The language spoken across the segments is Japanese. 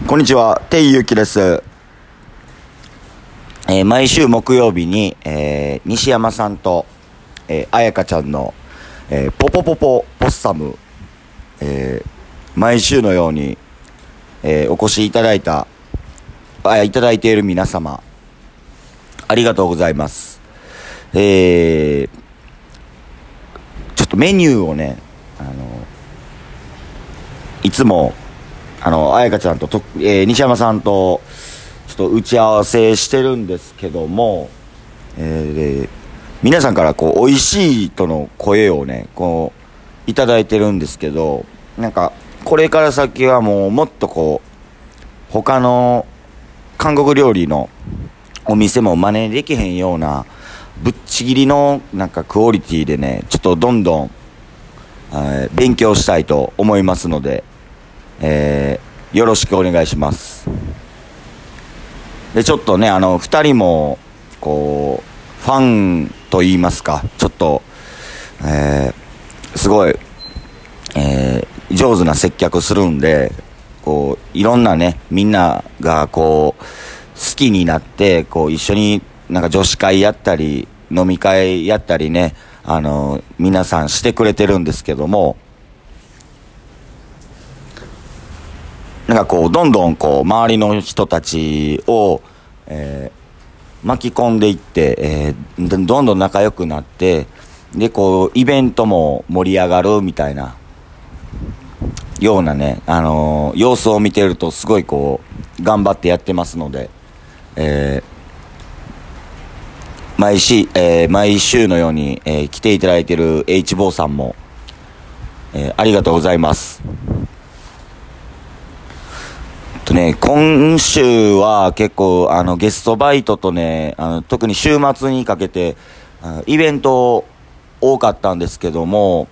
こんにちは、ていゆうきです。毎週木曜日に、西山さんと、あやかちゃんの、ポポポポポッサム、毎週のように、お越しいただいた、いただいている皆様、ありがとうございます。ちょっとメニューをね、いつもあやかちゃんと西山さんとちょっと打ち合わせしてるんですけども、皆さんからこう美味しいとの声をねこういただいてるんですけど、なんかこれから先はもっとこう他の韓国料理のお店も真似できへんようなぶっちぎりのなんかクオリティでね、ちょっとどんどん、勉強したいと思いますので、よろしくお願いします。でちょっとね2人もこうファンと言いますか、ちょっと、すごい、上手な接客するんで、こういろんなねみんながこう好きになってこう一緒になんか女子会やったり飲み会やったりね皆さんしてくれてるんですけども、なんかこうどんどんこう周りの人たちを、巻き込んでいって、どんどん仲良くなって、でこうイベントも盛り上がるみたいなようなね、様子を見てるとすごいこう頑張ってやってますので、毎週のように、来ていただいている H 坊さんも、ありがとうございます。今週は結構ゲストバイトとね特に週末にかけてイベント多かったんですけども、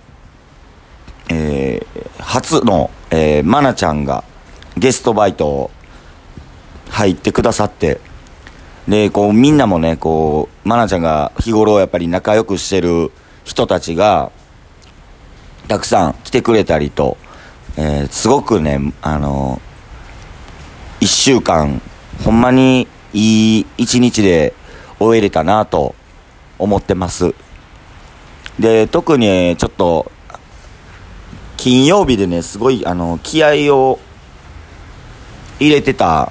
初の、まなちゃんがゲストバイト入ってくださって、でこうみんなもねこうまなちゃんが日頃やっぱり仲良くしてる人たちがたくさん来てくれたりと、すごくね1週間ほんまにいい1日で終えれたなと思ってます。で特にちょっと金曜日でねすごい気合を入れてた、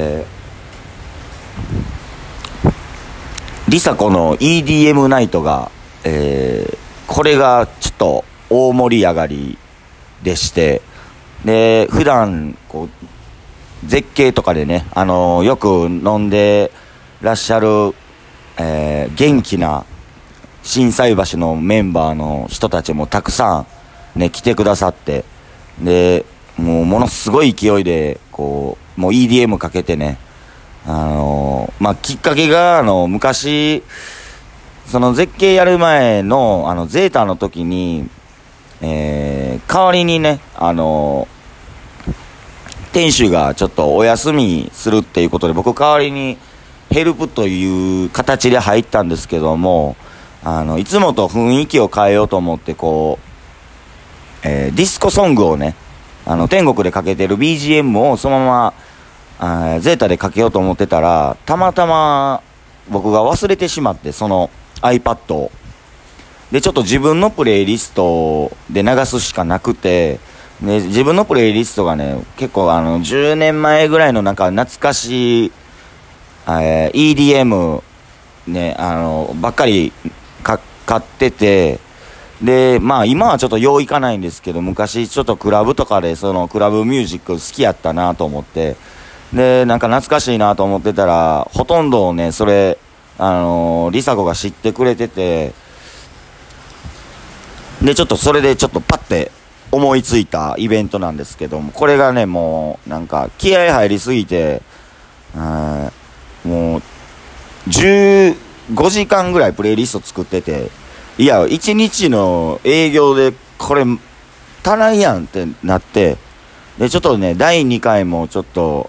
リサ子の EDM ナイトが、これがちょっと大盛り上がりでして、で普段こう絶景とかでね、よく飲んでらっしゃる、元気な心斎橋のメンバーの人たちもたくさんね来てくださって、でものすごい勢いでこうもう EDM かけてね、きっかけが昔その絶景やる前のゼータの時に、代わりにね店主がちょっとお休みするっていうことで僕代わりにヘルプという形で入ったんですけども、いつもと雰囲気を変えようと思ってこう、ディスコソングをね天国でかけてる BGM をそのままゼータでかけようと思ってたら、たまたま僕が忘れてしまって、その iPad をでちょっと自分のプレイリストで流すしかなくて、で自分のプレイリストがね結構10年前ぐらいのなんか懐かしい、EDM ねばっかり買ってて、で今はちょっとよういかないんですけど、昔ちょっとクラブとかでそのクラブミュージック好きやったなと思って、でなんか懐かしいなと思ってたらほとんどねそれリサ子が知ってくれてて、でちょっとそれでちょっとパッて思いついたイベントなんですけども、これがねもうなんか気合入りすぎてもう15時間ぐらいプレイリスト作ってて、いや1日の営業でこれ足らんやんってなって、でちょっとね第2回もちょっと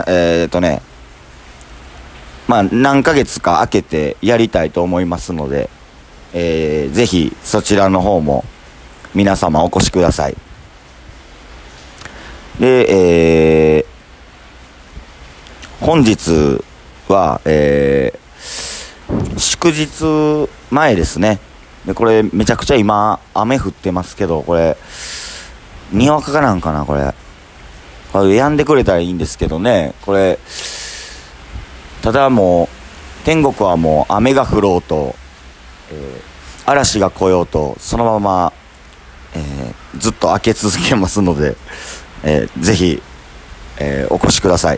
何ヶ月か空けてやりたいと思いますので、ぜひそちらの方も皆様お越しください。で、 本日は、祝日前ですね。で、これめちゃくちゃ今雨降ってますけど、これにわかなんかな、これ止んでくれたらいいんですけどね。これただもう天国はもう雨が降ろうと、嵐が来ようとそのまま、ずっと開け続けますので、ぜひ、お越しください。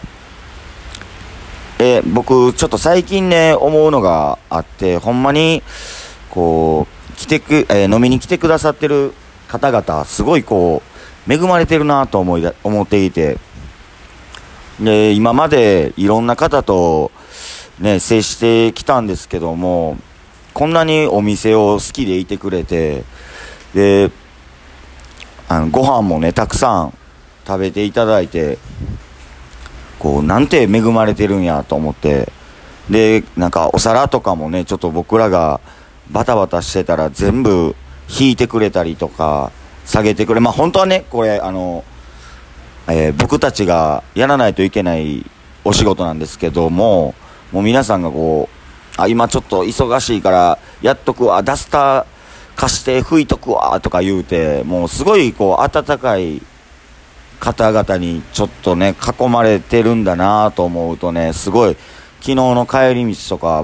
僕ちょっと最近ね思うのがあって、ほんまにこう飲みに来てくださってる方々すごいこう恵まれてるなと思っていて、で今までいろんな方とね接してきたんですけども、こんなにお店を好きでいてくれて、でご飯もねたくさん食べていただいて、こうなんて恵まれてるんやと思って、でなんかお皿とかもねちょっと僕らがバタバタしてたら全部引いてくれたりとか下げてくれ、まあ本当はねこれ僕たちがやらないといけないお仕事なんですけども、もう皆さんがこう今ちょっと忙しいからやっとくわ、ダスター貸して拭いとくわとか言うて、もうすごいこう温かい方々にちょっとね囲まれてるんだなと思うとね、すごい昨日の帰り道とか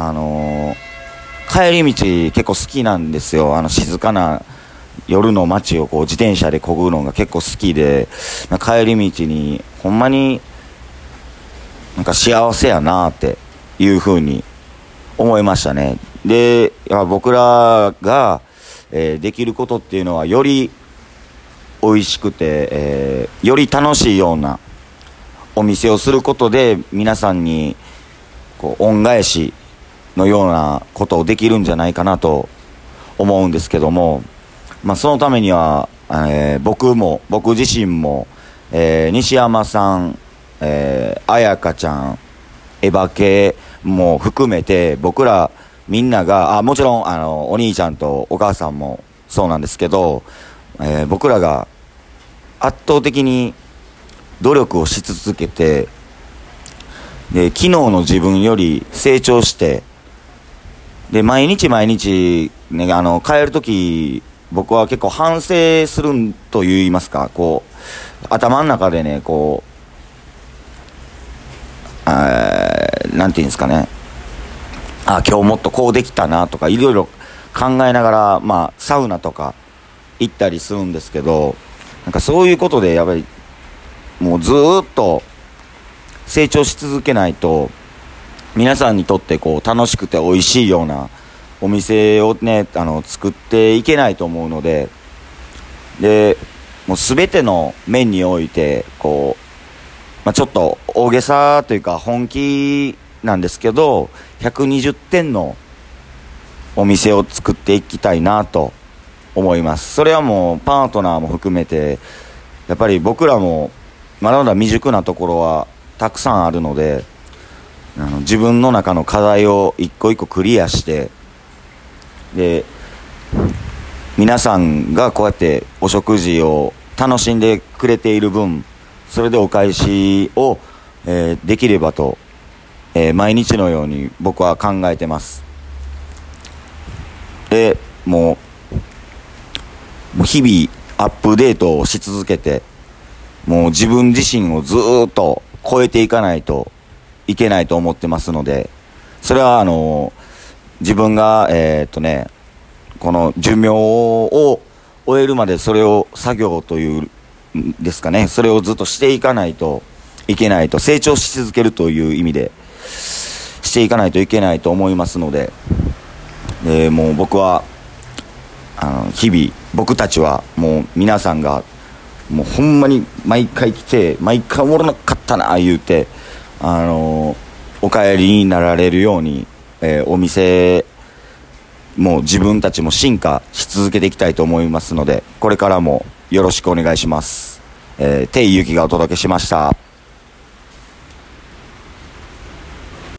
帰り道結構好きなんですよ。静かな夜の街をこう自転車で漕ぐのが結構好きで、帰り道にほんまになんか幸せやなっていう風に思いましたね。で僕らが、できることっていうのはより美味しくて、より楽しいようなお店をすることで皆さんにこう恩返しのようなことをできるんじゃないかなと思うんですけども、そのためには、僕自身も、西山さん、彩香ちゃん、エヴァ系も含めて僕らみんながもちろんお兄ちゃんとお母さんもそうなんですけど、僕らが圧倒的に努力をし続けて、で昨日の自分より成長して、で毎日、ね、帰る時僕は結構反省すると言いますか、こう頭の中でねこうなんていうんですかね、今日もっとこうできたなとかいろいろ考えながら、サウナとか行ったりするんですけど、なんかそういうことでやっぱりもうずーっと成長し続けないと皆さんにとってこう楽しくて美味しいようなお店をね作っていけないと思うので、もう全ての面においてこう、ちょっと大げさというか本気なんですけど120点のお店を作っていきたいなと思います。それはもうパートナーも含めてやっぱり僕らもまだまだ未熟なところはたくさんあるので、自分の中の課題を一個一個クリアして、で皆さんがこうやってお食事を楽しんでくれている分、それでお返しを、できればと、毎日のように僕は考えてます。でもう日々アップデートをし続けて、もう自分自身をずーっと超えていかないといけないと思ってますので、それは自分がこの寿命を終えるまでそれを作業というんですかね、それをずっとしていかないといけないと、成長し続けるという意味でしていかないといけないと思いますので、もう僕は日々僕たちはもう皆さんがもうほんまに毎回来て毎回おもろなかったな言うてお帰りになられるように、お店もう自分たちも進化し続けていきたいと思いますので、これからもよろしくお願いします。テイユキがお届けしました。